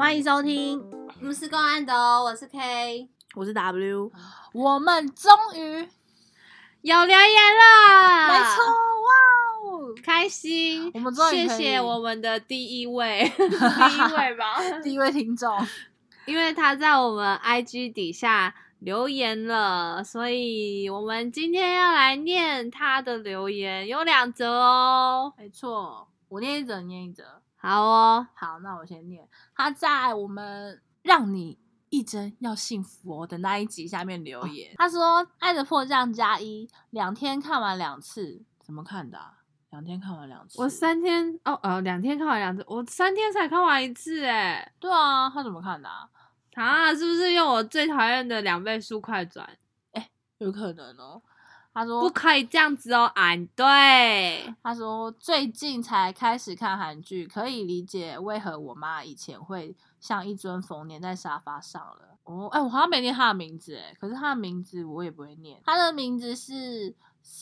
欢迎收听， 我们是公安的哦，我是 K， 我是 W， 我们终于有留言了， 没错，哇哦， 开心！ 我们终于谢可以谢我们的第一位，第一位吧， 第一位听众， 因为他在我们 IG 底下留言了，所以我们今天要来念他的留言，有2则哦。 没错，我念一则，你念一则。 好哦， 好，那我先念。他在我们让你一针要幸福哦的那一集下面留言，他说：“爱的迫降加1， 2天看完2次，怎么看的、啊？2天看完2次， 我2天看完2次，我3天才看完1次，哎， 对啊，他怎么看的、啊？ 是不是用我最讨厌的2倍速快转？ 有可能哦。”他说不可以这样子哦，对。 他说最近才开始看韩剧，可以理解为何我妈以前会像一尊佛粘在沙发上了。哦，我好像没念他的名字，可是他的名字我也不会念。他的名字是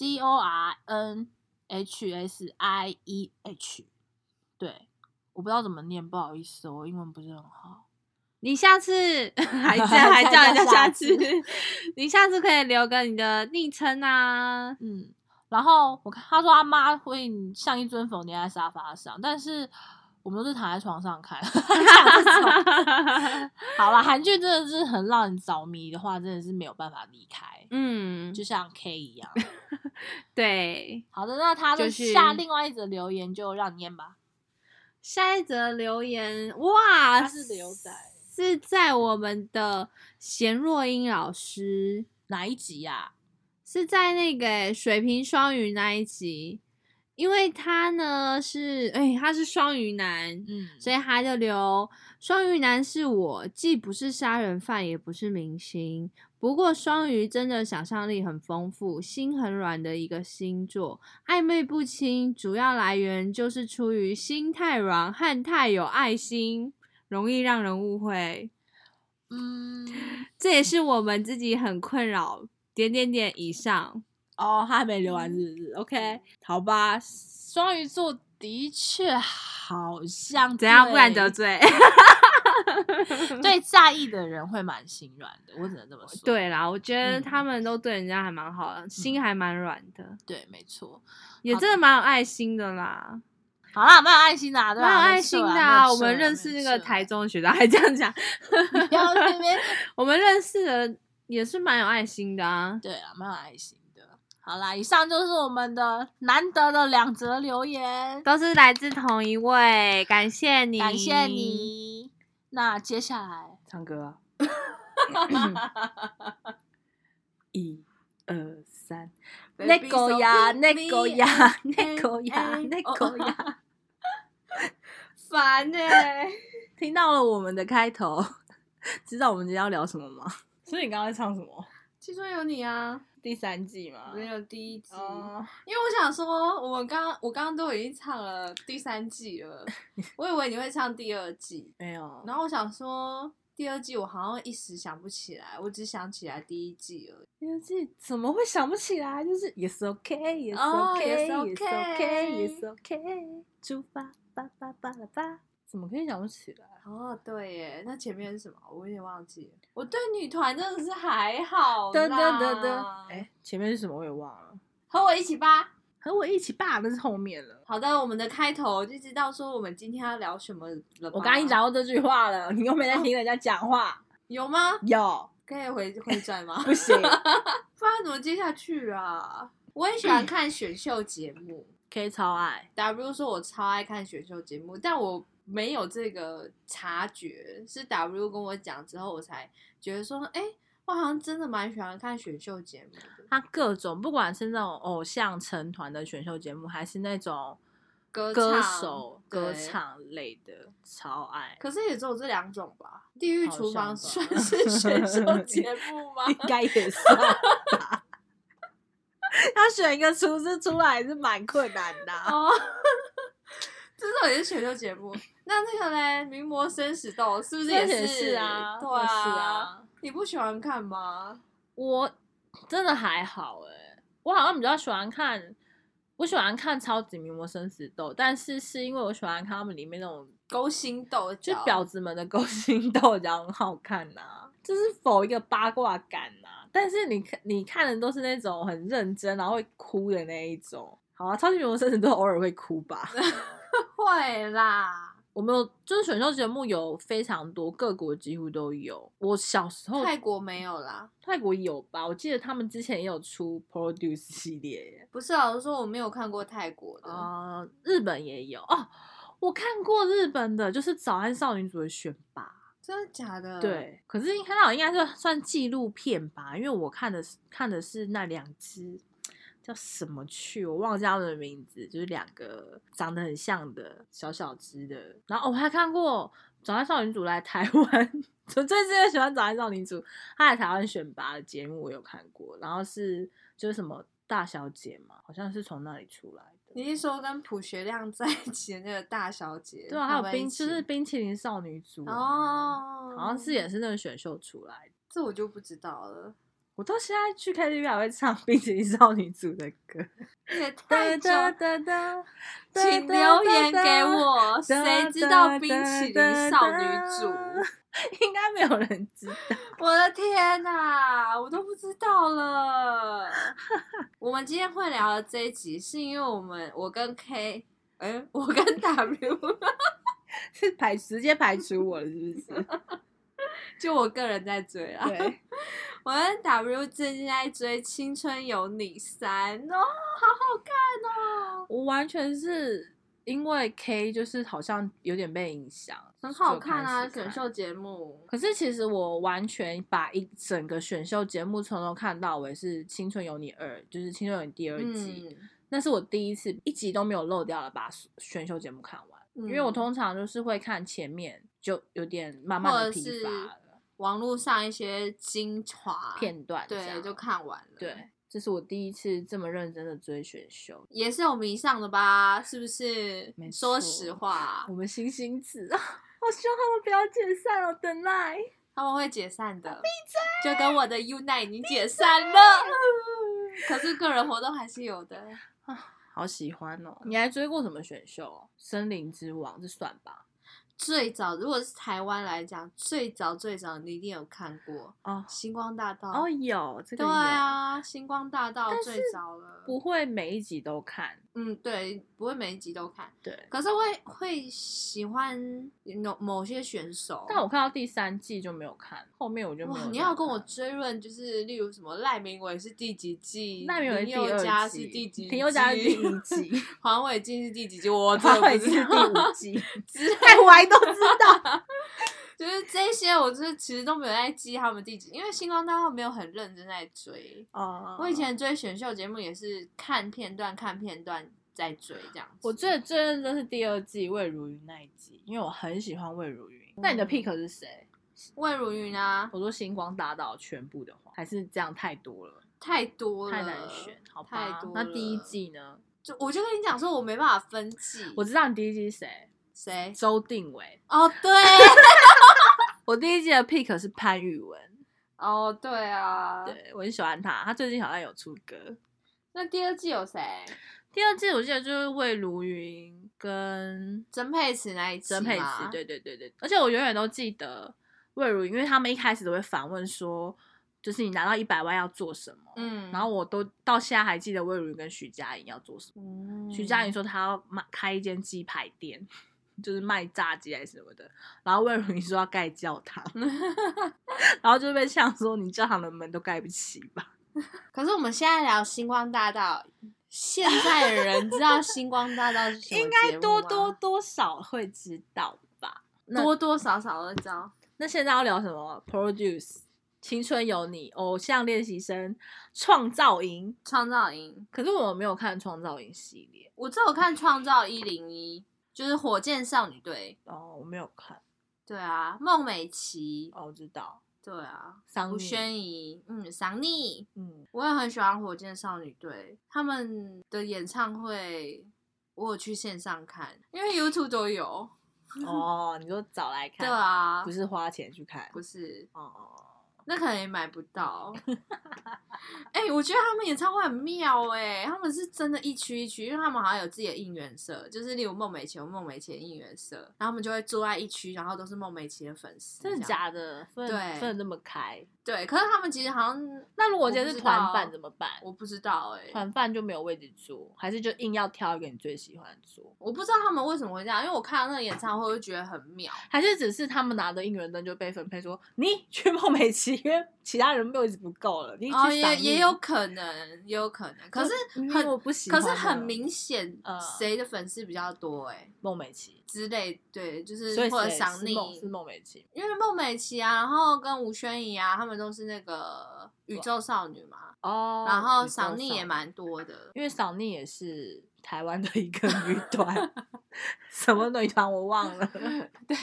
CORNHSIEH， 对，我不知道怎么念，不好意思，我英文不是很好。 你下次还叫人家下次，你下次可以留个你的昵称啊。 然后他说他妈会像一尊佛粘在沙发上，但是我们都是躺在床上看。好啦，韩剧真的是很让人着迷的话，真的是没有办法离开。就像 K 一样。 对， 好的，那他的下另外一则留言就让你念吧。 下一则留言，哇， 他是刘仔。 是在我们的贤若英老师哪一集啊？ 是在那个水瓶双鱼那一集，因为他呢他是双鱼男，所以他就留双鱼男是我，既不是杀人犯，也不是明星，不过双鱼真的想象力很丰富，心很软的一个星座，暧昧不清，主要来源就是出于心太软和太有爱心。容易让人误会，这也是我们自己很困扰。以上哦，他还没留完是不是 ？OK， 好吧。双鱼座的确好像怎样，不然得罪。 对在意的人会蛮心软的，我只能这么说。 对啦，我觉得他们都对人家还蛮好的，心还蛮软的。 对，没错， 也真的蛮有爱心的啦。 好啦，蛮有爱心的啊，对吧？ 蛮有爱心的啊！我们认识那个台中的学长，还这样讲， 不要那边。 我们认识的也是蛮有爱心的啊。 对啊，蛮有爱心的。好啦，以上就是我们的难得的2则留言， 都是来自同一位，感谢你， 感谢你。那接下来唱歌啊！1、2、3，那个呀，那个呀，那个呀，那个呀。 烦听到了我们的开头，知道我们今天要聊什么吗？所以你刚刚在唱什么？ 其中有你啊， 第3季吗？ 没有第1季，因为我想说，我刚刚都已经唱了第3季了，我以为你会唱第2季， 没有。 然后我想说，第2季我好像一时想不起来，我只想起来第1季而已。 第2季怎么会想不起来？就是 Yes OK Yes OK Yes OK Yes OK， 出发吧吧吧了吧，怎么可以想不起来？ 哦，对耶，那前面是什么？我有点忘记了。我对女团真的是还好啦。前面是什么我也忘了。 和我一起吧， 和我一起吧，那是后面了。 好的，我们的开头就知道说我们今天要聊什么了吧。 我刚刚已经讲过这句话了，你又没在听人家讲话。 有吗？ 有。 可以回转吗？ 不行， 不然怎么接下去啊？我很喜欢看选秀节目 ，K 超爱。 W 说我超爱看选秀节目，但我没有这个察觉，是 W 跟我讲之后，我才觉得说，我好像真的蛮喜欢看选秀节目的。 他各种，不管是那种偶像成团的选秀节目，还是那种歌手歌唱类的，超爱。 可是也只有这2种吧？地狱厨房算是选秀节目吗？ 应该也算吧。他选一个厨师出来是蛮困难的。 这种也是选秀节目。那个嘞，名模生死斗是不是也是啊？ 对啊。你不喜欢看吗？ 我真的还好我好像比较喜欢看。 我喜欢看超级名模生死斗，但是因为我喜欢看他们里面那种勾心斗角， 就婊子们的勾心斗角很好看就是否一个八卦感但是你看的都是那种很认真然后会哭的那一种。好啊，超级名模生死斗偶尔会哭吧。 会啦。 我们就是选秀节目有非常多，各国几乎都有。我小时候泰国没有啦， 泰国有吧？我记得他们之前也有出 Produce 系列耶。 不是老实说我没有看过泰国的。 日本也有哦，我看过日本的，就是早安少女组的选拔。 真的假的？ 对，可是看到应该是算纪录片吧，因为我看的是那2只叫什么去，我忘记他们的名字，就是2个长得很像的小小只的。然后我还看过早安少女组来台湾，我最喜欢早安少女组，他来台湾选拔的节目我有看过，然后就是什么大小姐嘛，好像是从那里出来的。 你是说跟朴学亮在一起的那个大小姐？ 对啊，还有就是冰淇淋少女组哦， 好像是也是那个选秀出来的。 这我就不知道了。 我到现在去 KTV 还会唱冰淇淋少女组的歌。 也太久，请请留言给我，谁知道冰淇淋少女组？ 应该没有人知道。 我的天哪，我都不知道了。我们今天会聊的这一集，是因为我跟 K， 我跟 W 是直接排除我了，是不是？ 就我个人在追啊。 对， 我跟 W 最近在追《青春有你3》哦，好好看哦。 我完全是因为 K 就是好像有点被影响， 很好看啊， 就开始看选秀节目。 可是其实我完全把一整个选秀节目从头看到尾是《青春有你2》，就是《青春有你》第2季，那是我第一次一集都没有漏掉了把选秀节目看完，因为我通常就是会看前面就有点慢慢的疲乏了， 网络上一些精华片段， 对，就看完了。 对，这是我第一次这么认真的追选秀， 也是有迷上的吧？是不是？ 没错， 说实话， 我们星星子啊，我希望他们不要解散哦，等待他们会解散的，闭嘴！就跟我的 UNITE 已经解散了，可是个人活动还是有的。 好喜欢哦！你还追过什么选秀？森林之王这算吧？ 最早如果是台湾来讲，最早你一定有看过星光大道哦，有这个有。 对啊，星光大道最早了， 不会每一集都看。 对，不会每一集都看。 对， 可是会喜欢某些选手。 但我看到第3季就没有看，后面我就没有。 你要跟我追论，就是例如什么赖明伟是第几季， 赖明伟林宥嘉是第几季， 林宥嘉是第1季， 黄伟晋是第几季，我黄伟晋是第5季， 我还都知道。 就是这些，我就是其实都没有在记他们第几，因为星光大道没有很认真在追。我以前追选秀节目也是看片段在追这样子。 我追的最认真是第2季魏如云那一集，因为我很喜欢魏如云。那你的 pick 是谁？ 魏如云啊。 我说星光大道全部的话，还是这样太多了？ 太多了， 太难选，好吧？ 太多了。 那第1季呢？ 我就跟你讲说，我没办法分季。 我知道你第1季是谁？ 谁？ 周定伟。 哦，对。 我第1季的 pick 是潘宇文。 哦，对啊， 对，我很喜欢他，他最近好像有出歌。 那第2季有谁？ 第2季我记得就是魏如云跟曾沛慈那一季。 曾沛慈，对，而且我永远都记得魏如云，因为他们一开始都会反问说，就是你拿到100万要做什么？然后我都到现在还记得魏如云跟徐佳莹要做什么。徐佳莹说她要开一间鸡排店。就是卖炸鸡还是什么的，然后魏如云说要盖教堂，然后就被呛说你教堂的门都盖不起吧。 可是我们现在聊星光大道，现在的人知道星光大道是什么节目吗？ 应该多少会知道吧， 多少都知道。 那现在要聊什么 ？Produce、青春有你、偶像练习生、创造营。可是我没有看创造营系列， 我只有看创造101。就是火箭少女队我没有看。 对啊，孟美岐我知道。 对啊， 桑吴宣仪，桑尼，我也很喜欢火箭少女队，他们的演唱会我有去线上看，因为 YouTube 都有。 你说找来看？ 对啊， 不是花钱去看？ 不是。 那可能也买不到。我觉得他们演唱会很妙他们是真的一区一区，因为他们好像有自己的应援社，就是例如孟美岐有孟美岐的应援社，然后他们就会坐在一区，然后都是孟美岐的粉丝。 真的假的？分得那么开？ 对，可是他们其实好像， 那如果今天是团饭怎么办？ 我不知道团饭就没有位置坐，还是就硬要挑一个你最喜欢的坐？ 我不知道他们为什么会这样，因为我看到那个演唱会，我就觉得很妙。 还是只是他们拿的应援灯就被分配说你去孟美岐，因为其他人位置不够了，你去赏也有可能，也有可能。可是我不喜欢， 可是很明显，谁的粉丝比较多孟美岐之类，对，就是所以或者赏你是孟美岐， 因为孟美岐啊，然后跟吴宣仪啊，他们都是那个宇宙少女嘛。然后赏你也蛮多的， 因为赏你也是台湾的一个女团，什么女团我忘了。 对，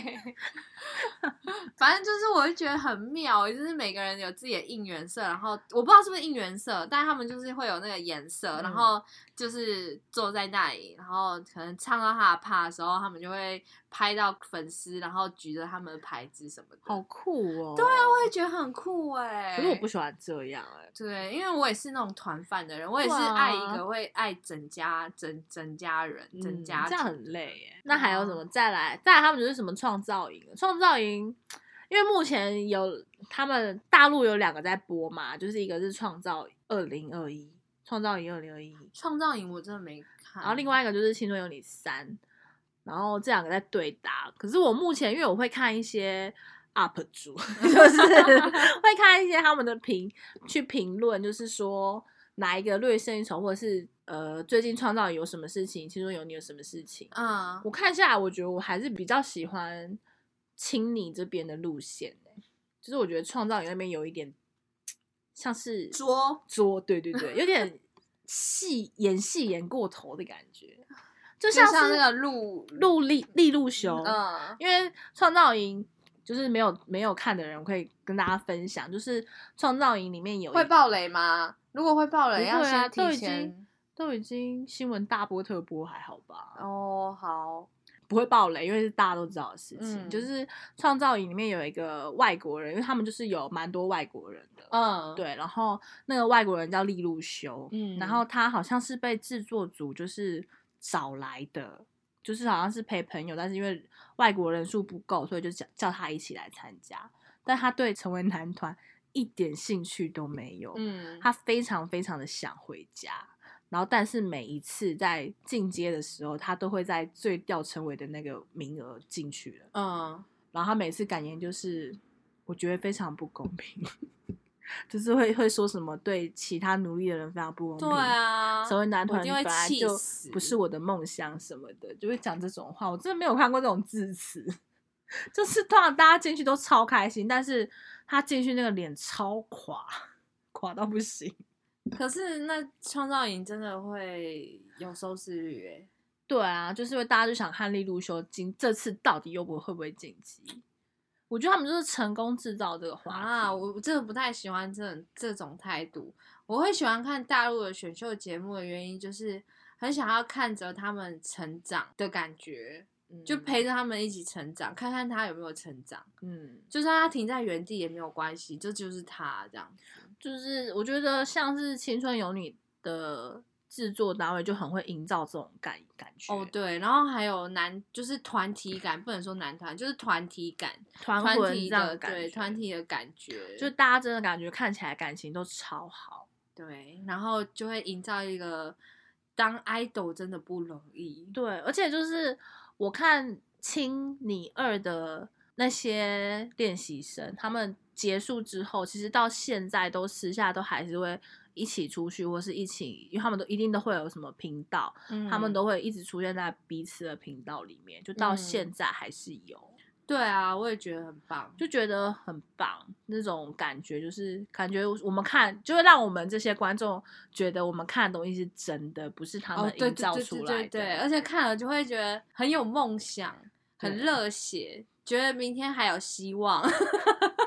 反正就是我会觉得很妙，就是每个人有自己的应援色，然后我不知道是不是应援色，但他们就是会有那个颜色，然后就是坐在那里，然后可能唱到他的趴的时候，他们就会拍到粉丝，然后举着他们的牌子什么的， 好酷哦！ 对啊，我也觉得很酷可是我不喜欢这样对，因为我也是那种团饭的人，我也是爱一个会爱整家人整家这样很累那还有什么？再来他们就是什么创造营，因为目前有他们大陆有2个在播嘛，就是一个是创造2021，创造营2021， 创造营我真的没看， 然后另外一个就是青春有你3，然后这2个在对打。可是我目前因为我会看一些 UP 主，就是会看一些他们的评论，就是说哪一个略胜一筹，或者是最近创造有什么事情，青春有你有什么事情。我看下来，我觉得我还是比较喜欢青你这边的路线就是我觉得创造营那边有一点像是作， 对对对，有点演戏演过头的感觉。就像是那个利路修，因为创造营就是没有看的人，我可以跟大家分享，就是创造营里面有会爆雷吗？如果会爆雷，要先提前， 都已经新闻大播特播，还好吧？ 好， 不会爆雷，因为是大家都知道的事情。就是创造营里面有一个外国人，因为他们就是有蛮多外国人的，对，然后那个外国人叫利路修，然后他好像是被制作组就是找来的，就是好像是陪朋友，但是因为外国人数不够，所以就叫他一起来参加。但他对成为男团一点兴趣都没有，他非常非常的想回家。然后，但是每一次在进阶的时候，他都会在最吊车尾的那个名额进去了。然后他每次感言就是，我觉得非常不公平。就是会说什么对其他努力的人非常不公平， 对啊， 成为男团本来就不是我的梦想什么的，就会讲这种话。我真的没有看过这种字词，就是通常大家进去都超开心，但是他进去那个脸超垮到不行。 可是那创造营真的会有收视率对啊，就是因为大家就想看利路修这次到底会不会晋级。我觉得他们就是成功制造这个话题我真的不太喜欢这种态度。我会喜欢看大陆的选秀节目的原因，就是很想要看着他们成长的感觉，就陪着他们一起成长，看看他有没有成长。就算他停在原地也没有关系，这就是他这样子。 就是我觉得像是青春有你的制作单位就很会营造这种感觉。 对，然后还有就是团体感，不能说男团，就是团体感， 团体的感觉， 对，团体的感觉， 就大家真的感觉看起来感情都超好。 对，然后就会营造一个当 idol 真的不容易。 对，而且就是我看青你2的那些练习生，他们结束之后，其实到现在都私下都还是会一起出去，或是一起，因为他们都一定都会有什么频道，他们都会一直出现在彼此的频道里面，就到现在还是有。 对啊，我也觉得很棒， 就觉得很棒，那种感觉就是感觉我们看就会让我们这些观众觉得我们看的东西是真的，不是他们营造出来的。 对，而且看了就会觉得很有梦想，很热血，觉得明天还有希望。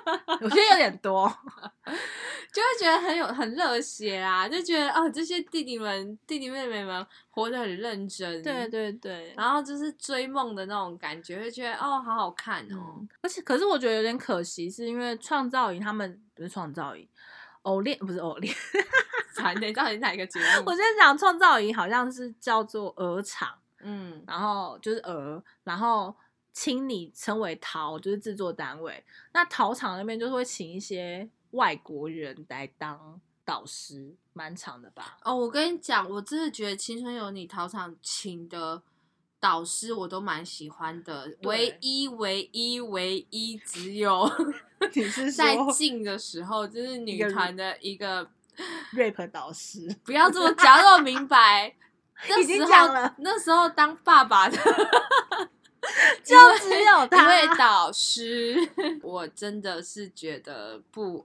我觉得有点多， 就会觉得很热血啊，就觉得哦，这些弟弟妹妹们活得很认真， 对对对， 然后就是追梦的那种感觉，会觉得哦，好好看哦。 而且可是我觉得有点可惜，是因为创造营他们不是创造营，偶练不是偶练， 惨的，到底哪一个节目？ 我先讲创造营好像是叫做鹅场， 然后就是鹅，然后请你称为陶，就是制作单位。那陶厂那边就是会请一些外国人来当导师，蛮长的吧？ 哦，我跟你讲，我真的觉得《青春有你》陶厂请的导师我都蛮喜欢的，唯一只有你是在进的时候，就是女团的一个 rap 导师， 不要这么讲那么明白。 已经讲了， 那时候当爸爸的就只有他一位导师，我真的是觉得不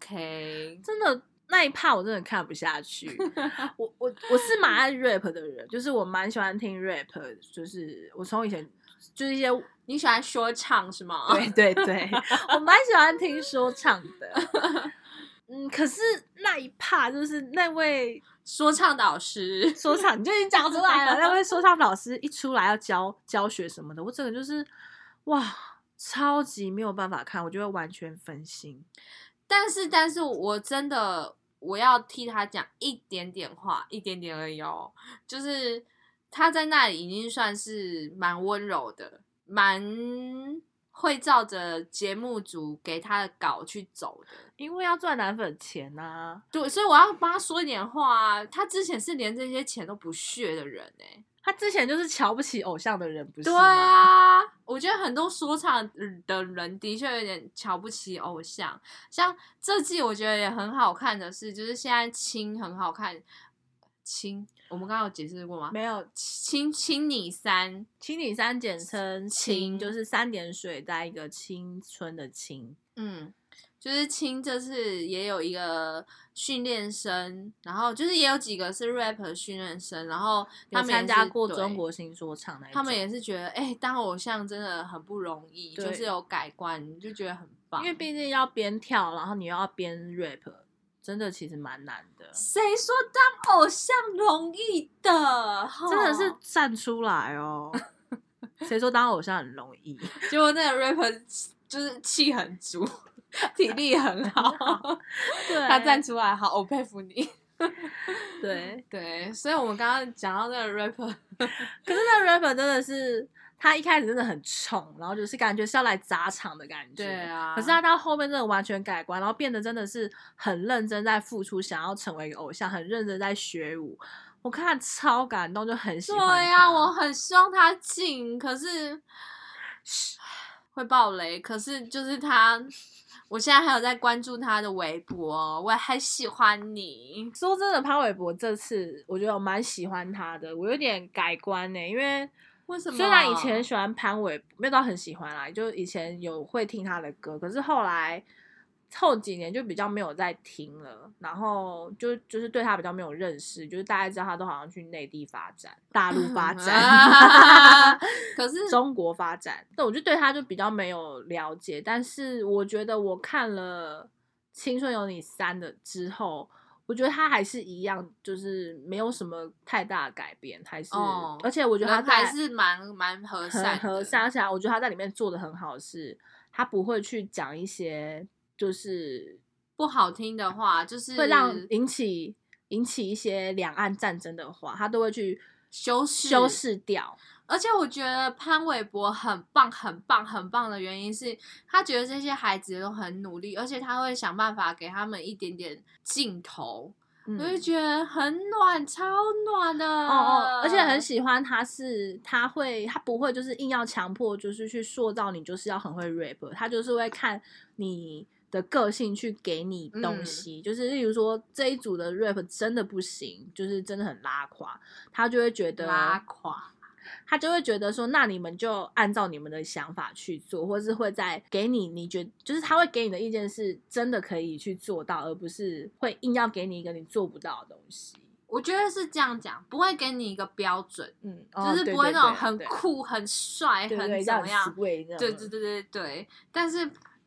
OK， 真的那一趴我真的看不下去。我是蛮爱 rap 的人，就是我蛮喜欢听 rap， 就是我从以前就是一些你喜欢说唱是吗？ 对对对，我蛮喜欢听说唱的。可是那一趴就是那位说唱导师， 说唱你就已经讲出来了，那位说唱导师一出来要教学什么的，我整个就是哇，超级没有办法看，我就会完全分心。 但是我真的我要替他讲一点点话，一点点而已哦，就是他在那里已经算是蛮温柔的，蛮会照着节目组给他的稿去走的， 因为要赚奶粉钱啊。 对，所以我要帮他说一点话啊。他之前是连这些钱都不屑的人欸， 他之前就是瞧不起偶像的人，不是对吗？ 啊，我觉得很多说唱的人的确有点瞧不起偶像。像这季我觉得也很好看的是，就是现在青很好看，青我们刚刚有解释过吗？ 没有， 青你三， 青你三简称青，就是3点水加一个青春的青。 就是青这次也有一个训练生，然后就是也有几个是 rap 的训练生，然后他们参加过中国新说唱那一种， 他们也是觉得当偶像真的很不容易，就是有改观，就觉得很棒。 因为毕竟要边跳，然后你又要边 rap， 真的其实蛮难的。 谁说当偶像容易的？ 真的是站出来哦！谁说当偶像很容易？ 结果那个 rapper 就是气很足。体力很好， 对， 他站出来，好，我佩服你。 对对，所以我们刚刚讲到那个 rapper， 可是那个 rapper 真的是他一开始真的很冲，然后就是感觉是要来砸场的感觉。 对啊， 可是他到后面真的完全改观，然后变得真的是很认真在付出，想要成为一个偶像，很认真在学舞。我看他超感动，就很喜欢他。 对啊，我很希望他进，可是会爆雷。可是就是他。我现在还有在关注他的微博，我还喜欢你。 说真的，潘玮柏这次我觉得我蛮喜欢他的，我有点改观因为什么？ 虽然以前喜欢潘玮柏，没有到很喜欢啦，就以前有会听他的歌，可是后几年就比较没有在听了，然后就是对他比较没有认识，就是大家知道他都好像去内地发展、大陆发展， 可是中国发展，那我就对他就比较没有了解。但是我觉得我看了《青春有你3》的之后，我觉得他还是一样，就是没有什么太大的改变，还是，而且我觉得他还是蛮和善， 很和善。而且我觉得他在里面做的很好，是他不会去讲一些。就是不好听的话，就是会让引起一些两岸战争的话，他都会去修饰掉。 而且我觉得潘玮柏很棒的原因是，他觉得这些孩子都很努力，而且他会想办法给他们一点点镜头。我就觉得很暖，超暖的而且很喜欢他不会就是硬要强迫，就是去塑造你就是要很会 rap， 他就是会看你的个性去给你东西，就是例如说这一组的 rap 真的不行，就是真的很拉垮，他就会觉得他就会觉得说，那你们就按照你们的想法去做，或是会再给你觉得就是他会给你的意见是真的可以去做到，而不是会硬要给你一个你做不到的东西。 我觉得是这样讲，不会给你一个标准，就是不会那种很酷、很帅、很怎么样，对。但是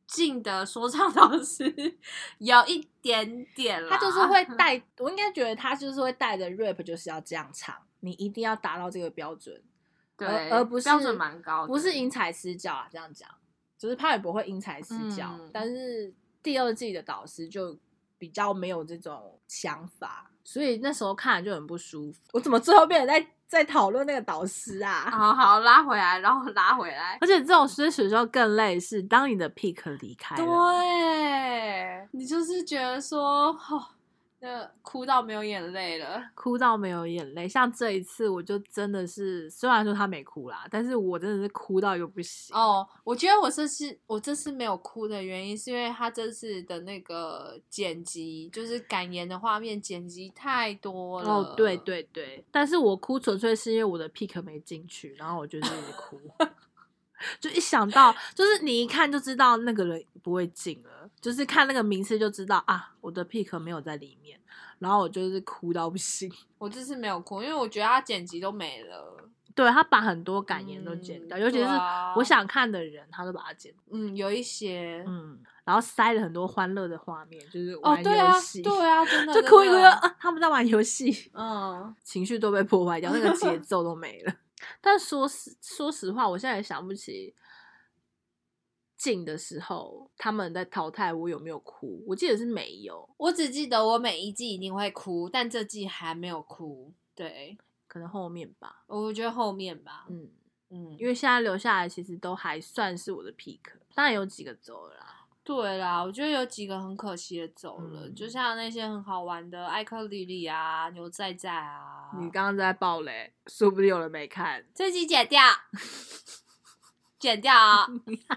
静的说唱导师有一点点啦， 他就是会带，我应该觉得他就是会带着 rap 就是要这样唱，你一定要达到这个标准， 对， 而不是标准蛮高的， 不是因材施教啊，这样讲，就是潘玮柏会因材施教，但是第二季的导师就比较没有这种想法，所以那时候看了就很不舒服。我怎么最后变成在讨论那个导师啊？ 好拉回来，然后拉回来。 而且这种时候更累，是当你的 pick 离开了， 对，你就是觉得说，哭到没有眼泪了， 哭到没有眼泪。像这一次，我就真的是，虽然说他没哭啦，但是我真的是哭到又不行。 哦，我觉得我这次没有哭的原因，是因为他这次的那个剪辑，就是感言的画面剪辑太多了。 哦，对对对，但是我哭纯粹是因为我的 pick 没进去，然后我就是一直哭。就一想到，就是你一看就知道那个人不会进了，就是看那个名次就知道啊，我的 pick 没有在里面，然后我就是哭到不行。 我这次没有哭，因为我觉得他剪辑都没了。 对，他把很多感言都剪掉，尤其是我想看的人，他都把它剪掉。 有一些， 然后塞了很多欢乐的画面，就是玩游戏， 对啊，真的就哭一哭他们在玩游戏，情绪都被破坏掉，那个节奏都没了。但说实话，我现在也想不起进的时候他们在淘汰我有没有哭，我记得是没有， 我只记得我每一季一定会哭，但这季还没有哭。对， 可能后面吧， 我觉得后面吧， 因为现在留下来其实都还算是我的 pick， 当然有几个走了啦。 对啦，我觉得有几个很可惜的走了，就像那些很好玩的艾克莉莉啊、牛仔仔啊。 你刚刚在爆雷，说不定有人没看， 这集剪掉，剪掉啊！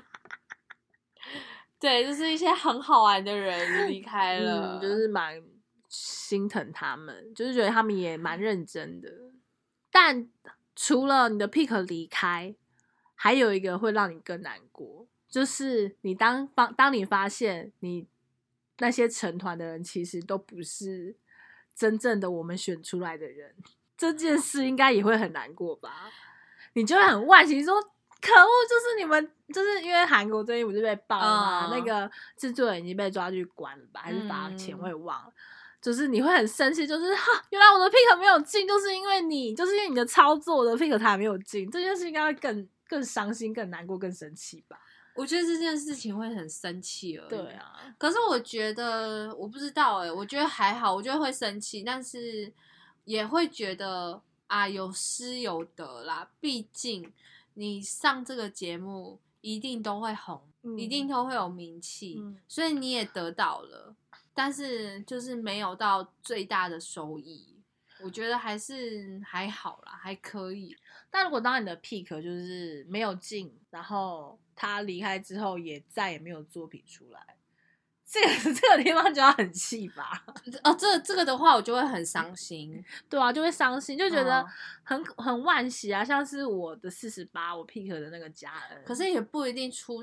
对，就是一些很好玩的人离开了， 就是蛮心疼他们，就是觉得他们也蛮认真的。但除了你的 pick 离开，还有一个会让你更难过。就是你当你发现你那些成团的人其实都不是真正的我们选出来的人，这件事应该也会很难过吧？你就会很惋惜说，可恶，就是你们，就是因为韩国最近不是被爆了嘛，那个制作人已经被抓去关了吧，还是罚钱，我也忘了。就是你会很生气，就是原来我的 pick 没有进，就是因为你的操作，我的 pick 才没有进，这件事应该会更伤心、更难过、更生气吧？ 我觉得这件事情会很生气而已。 对啊， 可是我觉得我不知道我觉得还好，我觉得会生气，但是也会觉得啊有失有得啦。毕竟你上这个节目一定都会红，一定都会有名气，所以你也得到了，但是就是没有到最大的收益。我觉得还好啦，还可以。 但如果当你的 pick 就是没有进，然后他离开之后也再也没有作品出来，这个地方就要很气吧？ 这个的话我就会很伤心。 对啊，就会伤心，就觉得很惋惜啊。像是我的48，我 pick 的那个嘉恩， 可是也不一定出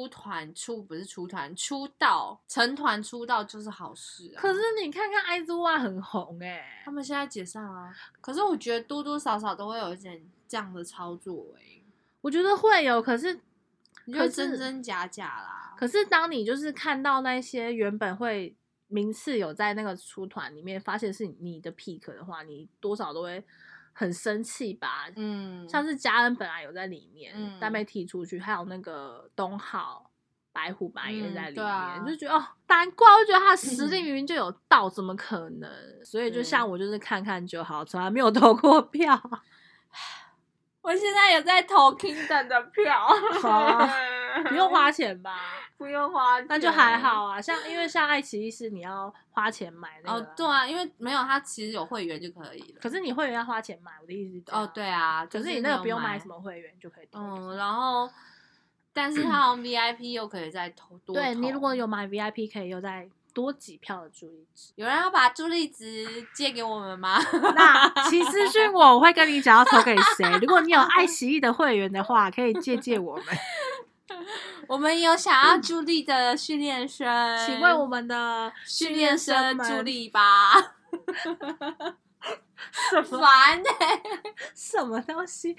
道成团出道就是好事啊。 可是你看看 IZ*ONE 很红他们现在解散啊。可是我觉得多多少少都会有一点这样的操作我觉得会有，可是你就真真假假啦。 可是当你就是看到那些原本会名次有在那个出团里面，发现是你的 pick 的话，你多少都会很生气吧？像是嘉恩本来有在里面，但被踢出去，还有那个东浩、白虎白也在里面，就觉得难怪，我觉得他的实力明明就有到，怎么可能？所以就像我就是看看就好，从来没有投过票。 我现在有在投 Kingdom 的票， 不用花钱吧？ 不用花钱， 那就还好啊。因为像爱奇艺是你要花钱买那个。 对啊，因为没有它其实有会员就可以了。 可是你会员要花钱买，我的意思是对啊。 可是你那个不用买什么会员就可以投。 然后，但是它VIP 又可以再多投。 对，你如果有买 VIP， 可以又再多几票的助力值。 有人要把助力值借给我们吗？ 那请私讯我会跟你讲要投给谁。如果你有爱奇艺的会员的话，可以借我们。 我们有想要助力的训练生， 请问我们的训练生助力吧。 什么烦什么东西？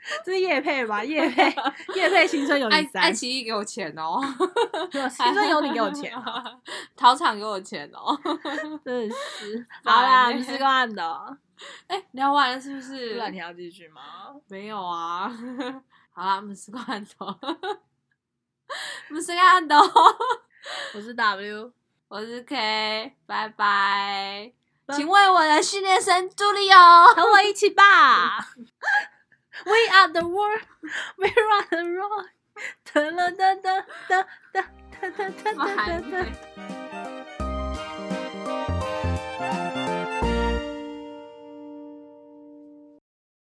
这是业配吧？业配新春有你3， 爱奇艺给我钱哦， 新春有你给我钱哦， 桃场给我钱哦， 真的是。好啦，我们吃个饭的。 聊完了是不是？ 不然你要继续吗？ 没有啊。好啦，我们吃个饭的。我们吃个饭的。 我是 W， 我是 K， 拜拜。请为我的训练生助力哦， 和我一起吧。We are the world, we are the road。哒哒哒哒哒哒哒哒哒哒。